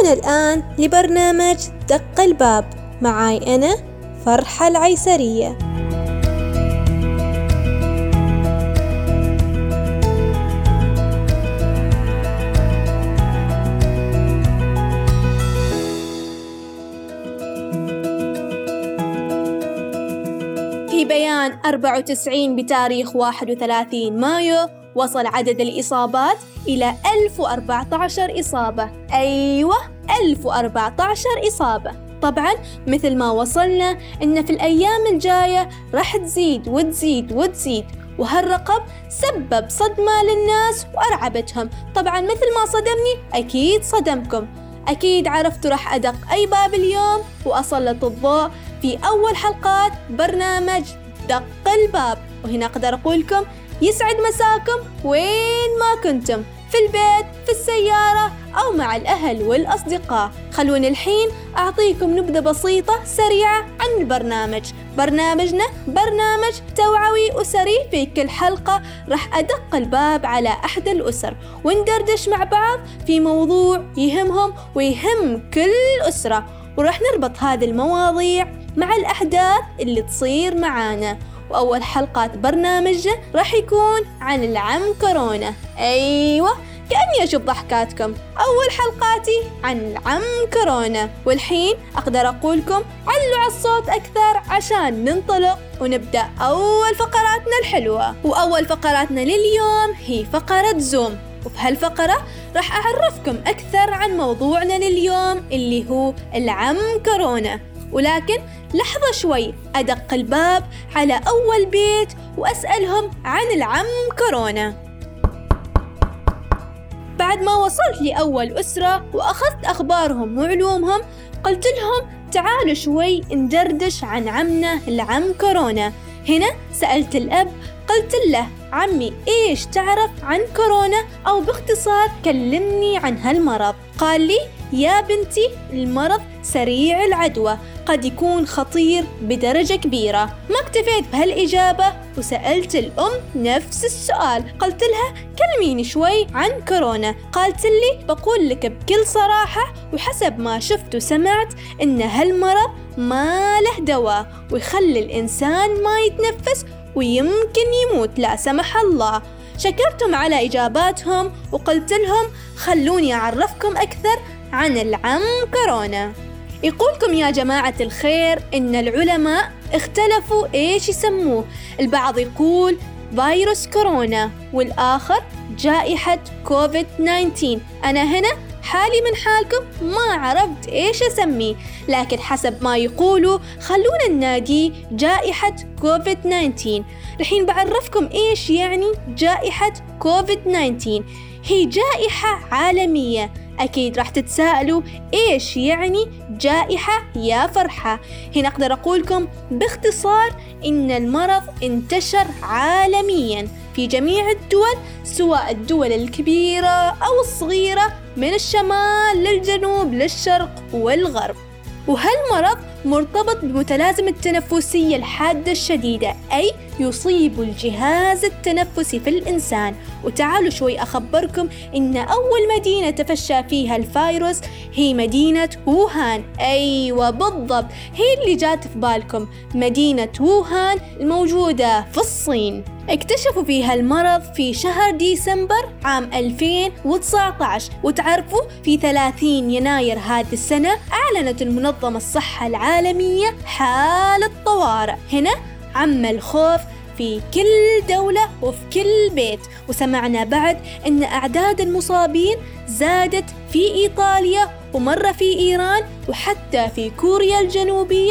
استمعونا الآن لبرنامج دق الباب معاي أنا فرحة العيسرية. في بيان 94 بتاريخ 31 مايو وصل عدد الإصابات إلى 1014 إصابة. أيوة 1014 إصابة. طبعاً مثل ما وصلنا إن في الأيام الجاية راح تزيد وتزيد، وهالرقم سبب صدمة للناس وأرعبتهم. طبعاً مثل ما صدمني أكيد صدمكم. أكيد عرفتوا راح أدق أي باب اليوم وأسلط الضوء في أول حلقات برنامج دق الباب. وهنا أقدر أقول لكم يسعد مساكم وين ما كنتم، في البيت، في السيارة أو مع الأهل والأصدقاء. خلوني الحين أعطيكم نبذة بسيطة سريعة عن البرنامج. برنامجنا برنامج توعوي أسري. في كل حلقة راح أدق الباب على أحد الأسر وندردش مع بعض في موضوع يهمهم ويهم كل أسرة، وراح نربط هذه المواضيع مع الأحداث اللي تصير معانا. وأول حلقات برنامجنا راح يكون عن العم كورونا. أيوة كأني أشوف ضحكاتكم. أول حلقاتي عن العم كورونا. والحين أقدر أقولكم علوا على الصوت أكثر عشان ننطلق ونبدأ أول فقراتنا الحلوة. وأول فقراتنا لليوم هي فقرة زوم، وفي هالفقرة راح أعرفكم أكثر عن موضوعنا لليوم اللي هو العم كورونا. ولكن لحظة شوي، أدق الباب على أول بيت وأسألهم عن العم كورونا. بعد ما وصلت لأول أسرة وأخذت أخبارهم وعلومهم، قلت لهم تعالوا شوي ندردش عن عمنا العم كورونا. هنا سألت الأب، قلت له عمي إيش تعرف عن كورونا، أو باختصار كلمني عن هالمرض. قال لي يا بنتي المرض سريع العدوى، قد يكون خطير بدرجة كبيرة. ما اكتفيت بهالإجابة وسألت الأم نفس السؤال، قلت لها كلميني شوي عن كورونا. قالت لي بقول لك بكل صراحة وحسب ما شفت وسمعت إن هالمرض ما له دواء ويخلي الإنسان ما يتنفس ويمكن يموت لا سمح الله. شكرتم على إجاباتهم وقلت لهم خلوني أعرفكم أكثر عن العم كورونا. يقولكم يا جماعة الخير إن العلماء اختلفوا إيش يسموه. البعض يقول فيروس كورونا والآخر جائحة كوفيد-19. أنا هنا حالي من حالكم ما عرفت إيش أسميه، لكن حسب ما يقولوا خلونا نناديه جائحة كوفيد-19. الحين بعرفكم إيش يعني جائحة كوفيد-19. هي جائحة عالمية. أكيد راح تتساءلوا إيش يعني جائحة يا فرحة. هنا أقدر أقولكم باختصار إن المرض انتشر عالمياً في جميع الدول، سواء الدول الكبيرة أو الصغيرة، من الشمال للجنوب للشرق والغرب. وهالمرض مرتبط بمتلازمة التنفسية الحادة الشديدة، أي يصيب الجهاز التنفسي في الإنسان. وتعالوا شوي أخبركم إن أول مدينة تفشى فيها الفيروس هي مدينة ووهان. أيوة بالضبط، هي اللي جات في بالكم، مدينة ووهان الموجودة في الصين. اكتشفوا فيها المرض في شهر ديسمبر عام 2019. وتعرفوا في 30 يناير هذه السنة أعلنت المنظمة الصحة العالمية حالة طوارئ. هنا عم الخوف في كل دولة وفي كل بيت. وسمعنا بعد أن أعداد المصابين زادت في إيطاليا ومرة في إيران وحتى في كوريا الجنوبية،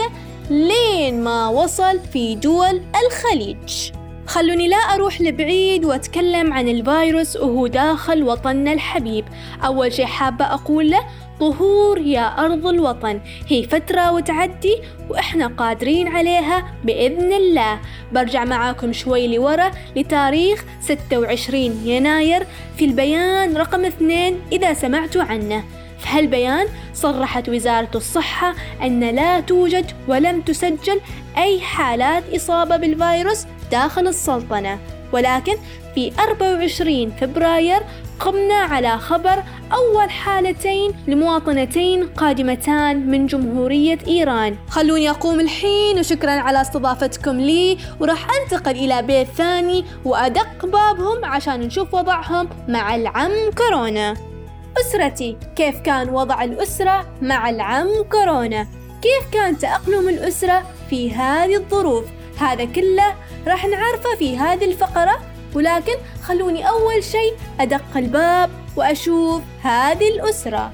لين ما وصل في دول الخليج. خلوني لا أروح لبعيد وأتكلم عن الفيروس وهو داخل وطننا الحبيب. أول شيء حابة أقول له طهور يا أرض الوطن، هي فترة وتعدي وإحنا قادرين عليها بإذن الله. برجع معاكم شوي لورا لتاريخ 26 يناير في البيان رقم 2 إذا سمعتوا عنه. في هالبيان صرحت وزارة الصحة أن لا توجد ولم تسجل أي حالات إصابة بالفيروس داخل السلطنة، ولكن في 24 فبراير قمنا على خبر أول حالتين لمواطنتين قادمتان من جمهورية إيران. خلوني أقوم الحين، وشكرا على استضافتكم لي، وراح أنتقل إلى بيت ثاني وأدق بابهم عشان نشوف وضعهم مع العم كورونا. أسرتي، كيف كان وضع الأسرة مع العم كورونا؟ كيف كان تأقلم الأسرة في هذه الظروف؟ هذا كله راح نعرفه في هذه الفقرة، ولكن خلوني أول شيء أدق الباب وأشوف هذه الأسرة.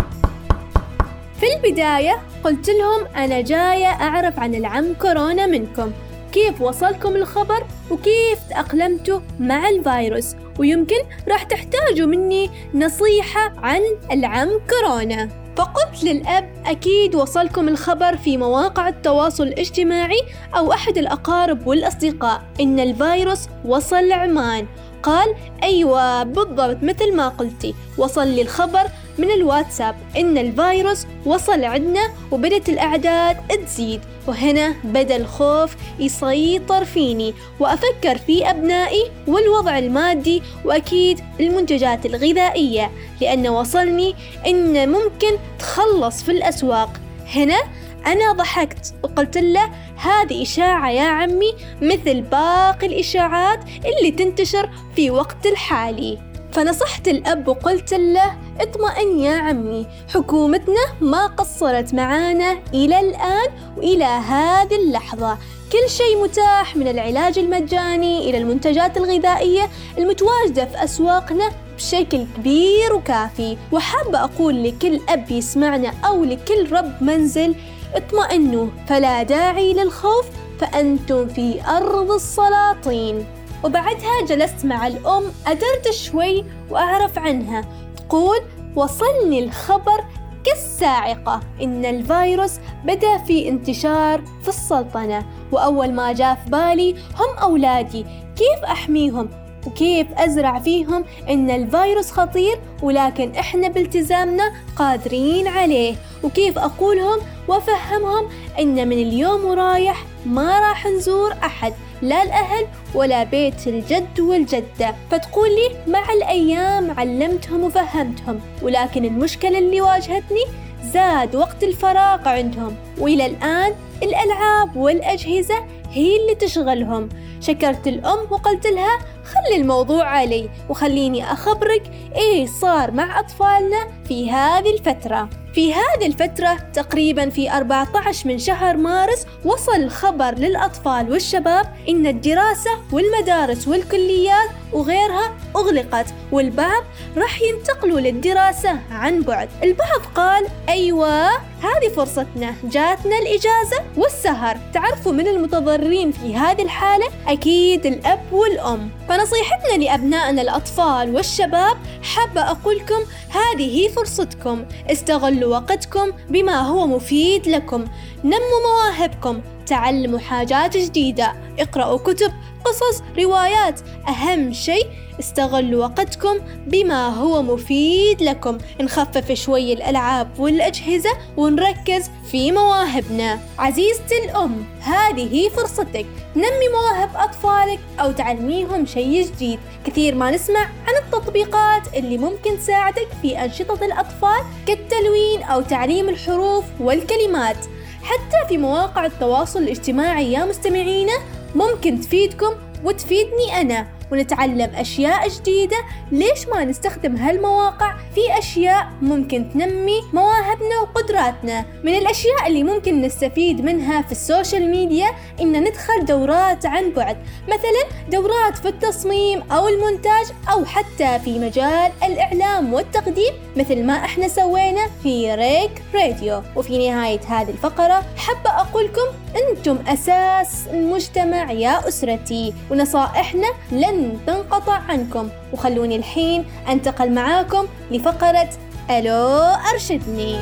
في البداية قلت لهم أنا جاية أعرف عن العم كورونا منكم، كيف وصلكم الخبر وكيف تأقلمتوا مع الفيروس، ويمكن راح تحتاجوا مني نصيحة عن العم كورونا. فقلت للأب أكيد وصلكم الخبر في مواقع التواصل الاجتماعي أو أحد الأقارب والأصدقاء إن الفيروس وصل عمان. قال أيوة بالضبط مثل ما قلتي، وصل لي الخبر من الواتساب إن الفيروس وصل عندنا وبدت الأعداد تزيد. وهنا بدأ الخوف يسيطر فيني وأفكر في أبنائي والوضع المادي وأكيد المنتجات الغذائية، لأن وصلني إن ممكن تخلص في الأسواق. هنا أنا ضحكت وقلت له هذه إشاعة يا عمي مثل باقي الإشاعات اللي تنتشر في وقت الحالي. فنصحت الأب وقلت له اطمئن يا عمي، حكومتنا ما قصرت معانا إلى الآن وإلى هذه اللحظة، كل شيء متاح من العلاج المجاني إلى المنتجات الغذائية المتواجدة في أسواقنا بشكل كبير وكافي. وحابة أقول لكل أب يسمعنا أو لكل رب منزل اطمئنوا، فلا داعي للخوف فأنتم في أرض السلاطين. وبعدها جلست مع الأم أدردش شوي وأعرف عنها. تقول وصلني الخبر كالصاعقة إن الفيروس بدأ في انتشار في السلطنة، وأول ما جاء في بالي هم أولادي، كيف أحميهم وكيف أزرع فيهم إن الفيروس خطير ولكن إحنا بالتزامنا قادرين عليه، وكيف أقولهم وأفهمهم إن من اليوم ورايح ما راح نزور أحد، لا الأهل ولا بيت الجد والجدة. فتقول لي مع الأيام علمتهم وفهمتهم، ولكن المشكلة اللي واجهتني زاد وقت الفراغ عندهم، وإلى الآن الألعاب والأجهزة هي اللي تشغلهم. شكرت الأم وقلت لها خلي الموضوع علي وخليني أخبرك إيه صار مع أطفالنا في هذه الفترة. في هذه الفترة تقريبا في 14 من شهر مارس وصل الخبر للأطفال والشباب إن الدراسة والمدارس والكليات وغيرها أغلقت، والبعض راح ينتقلوا للدراسة عن بعد. البعض قال أيوة هذه فرصتنا، جاتنا الإجازة والسهر. تعرفوا من المتضررين في هذه الحالة؟ أكيد الأب والأم. فنصيحتنا لأبنائنا الأطفال والشباب حابة أقولكم هذه هي فرصتكم، استغلوا وقتكم بما هو مفيد لكم، نموا مواهبكم، تعلموا حاجات جديدة، اقرأوا كتب، قصص، روايات. أهم شيء استغلوا وقتكم بما هو مفيد لكم، نخفف شوي الألعاب والأجهزة ونركز في مواهبنا. عزيزتي الأم، هذه هي فرصتك، نمي مواهب أطفالك أو تعلميهم شيء جديد. كثير ما نسمع عن التطبيقات اللي ممكن تساعدك في أنشطة الأطفال كالتلوين أو تعليم الحروف والكلمات. حتى في مواقع التواصل الاجتماعي يا مستمعينا ممكن تفيدكم وتفيدني أنا، ونتعلم أشياء جديدة. ليش ما نستخدم هالمواقع في أشياء ممكن تنمي مواهبنا وقدراتنا؟ من الأشياء اللي ممكن نستفيد منها في السوشيال ميديا إن ندخل دورات عن بعد، مثلا دورات في التصميم أو المونتاج أو حتى في مجال الإعلام والتقديم مثل ما احنا سوينا في ريك راديو. وفي نهاية هذه الفقرة حابة أقولكم أنتم أساس المجتمع يا أسرتي، ونصائحنا لن تنقطع عنكم. وخلوني الحين أنتقل معاكم لفقرة ألو أرشدني.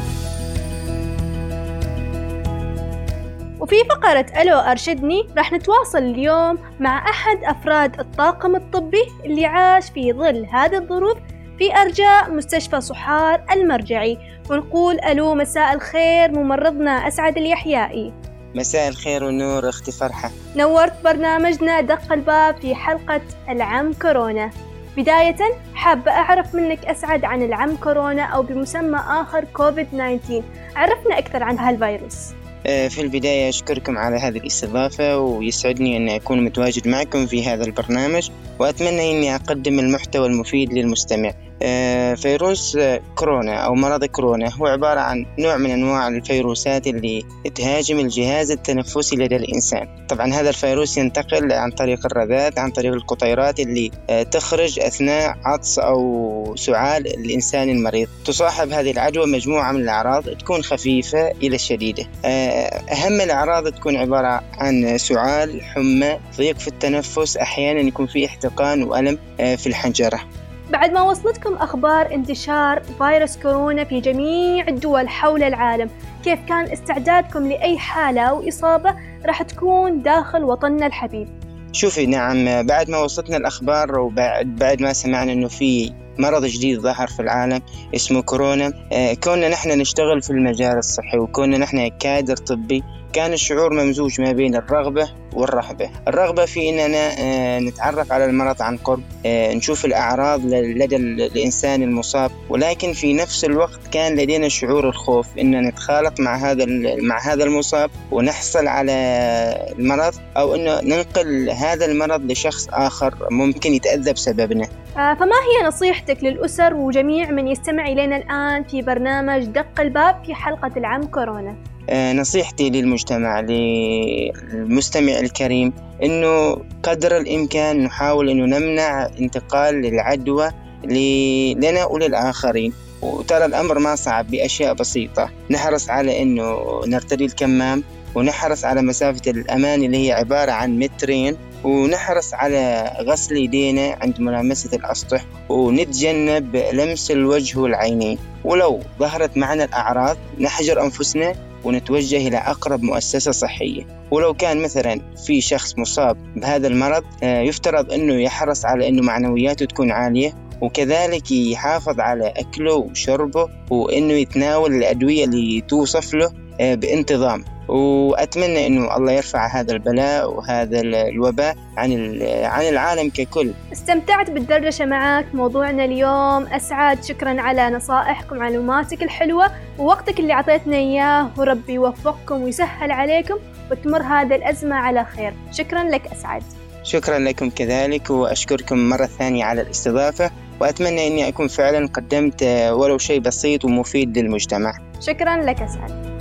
وفي فقرة ألو أرشدني راح نتواصل اليوم مع أحد أفراد الطاقم الطبي اللي عاش في ظل هذه الظروف في أرجاء مستشفى صحار المرجعي، ونقول ألو مساء الخير ممرضنا أسعد اليحيائي. مساء الخير والنور أختي فرحة، نورت برنامجنا دق الباب في حلقة العم كورونا. بداية حابة أعرف منك أسعد عن العم كورونا أو بمسمى آخر كوفيد-19. عرفنا أكثر عن هالفيروس. في البداية أشكركم على هذه الاستضافة، ويسعدني أن أكون متواجد معكم في هذا البرنامج، وأتمنى أني أقدم المحتوى المفيد للمستمع. فيروس كورونا أو مرض كورونا هو عبارة عن نوع من أنواع الفيروسات اللي تهاجم الجهاز التنفسي لدى الإنسان. طبعا هذا الفيروس ينتقل عن طريق الرذاذ، عن طريق القطيرات اللي تخرج أثناء عطس أو سعال الإنسان المريض. تصاحب هذه العدوى مجموعة من الأعراض تكون خفيفة إلى الشديدة. أهم الأعراض تكون عبارة عن سعال، حمى، ضيق في التنفس، أحيانا يكون في احتقان وألم في الحنجرة. بعد ما وصلتكم أخبار انتشار فيروس كورونا في جميع الدول حول العالم، كيف كان استعدادكم لأي حالة أو إصابة راح تكون داخل وطننا الحبيب؟ شوفي، نعم، بعد ما وصلتنا الأخبار وبعد ما سمعنا أنه في مرض جديد ظهر في العالم اسمه كورونا، كنا نحن نشتغل في المجال الصحي وكنا نحن كادر طبي، كان الشعور ممزوج ما بين الرغبة والرهبة. الرغبة في أننا نتعرف على المرض عن قرب، نشوف الأعراض لدى الإنسان المصاب، ولكن في نفس الوقت كان لدينا شعور الخوف أن نتخالط مع هذا المصاب ونحصل على المرض، أو أنه ننقل هذا المرض لشخص آخر ممكن يتأذى بسببنا. فما هي نصيحتك للأسر وجميع من يستمع إلينا الآن في برنامج دق الباب في حلقة العم كورونا؟ نصيحتي للمجتمع، للمستمع الكريم، إنه قدر الإمكان نحاول إنه نمنع انتقال العدوى لنا وللآخرين. وترى الأمر ما صعب، بأشياء بسيطة. نحرص على إنه نرتدي الكمام، ونحرص على مسافة الأمان اللي هي عبارة عن 2 متر، ونحرص على غسل يدينا عند ملامسة الأسطح، ونتجنب لمس الوجه والعينين. ولو ظهرت معنا الأعراض نحجر أنفسنا ونتوجه إلى أقرب مؤسسة صحية. ولو كان مثلا في شخص مصاب بهذا المرض، يفترض أنه يحرص على أنه معنوياته تكون عالية، وكذلك يحافظ على أكله وشربه، وأنه يتناول الأدوية اللي توصف له بانتظام. وأتمنى أنه الله يرفع هذا البلاء وهذا الوباء عن العالم ككل. استمتعت بالدردشة معك موضوعنا اليوم أسعد. شكرا على نصائحكم ومعلوماتك الحلوة ووقتك اللي عطيتنا إياه، وربي يوفقكم ويسهل عليكم وتمر هذا الأزمة على خير. شكرا لك أسعد. شكرا لكم كذلك، وأشكركم مرة ثانية على الاستضافة، وأتمنى أني أكون فعلا قدمت ولو شيء بسيط ومفيد للمجتمع. شكرا لك أسعد.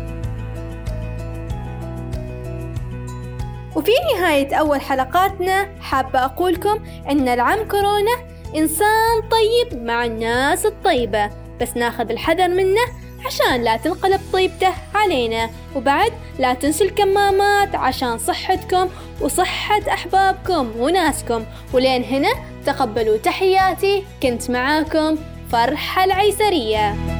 وفي نهاية أول حلقاتنا حابة أقولكم أن العم كورونا إنسان طيب مع الناس الطيبة، بس ناخذ الحذر منه عشان لا تنقلب طيبته علينا. وبعد لا تنسوا الكمامات عشان صحتكم وصحة أحبابكم وناسكم. ولين هنا تقبلوا تحياتي، كنت معاكم فرحة العيسرية.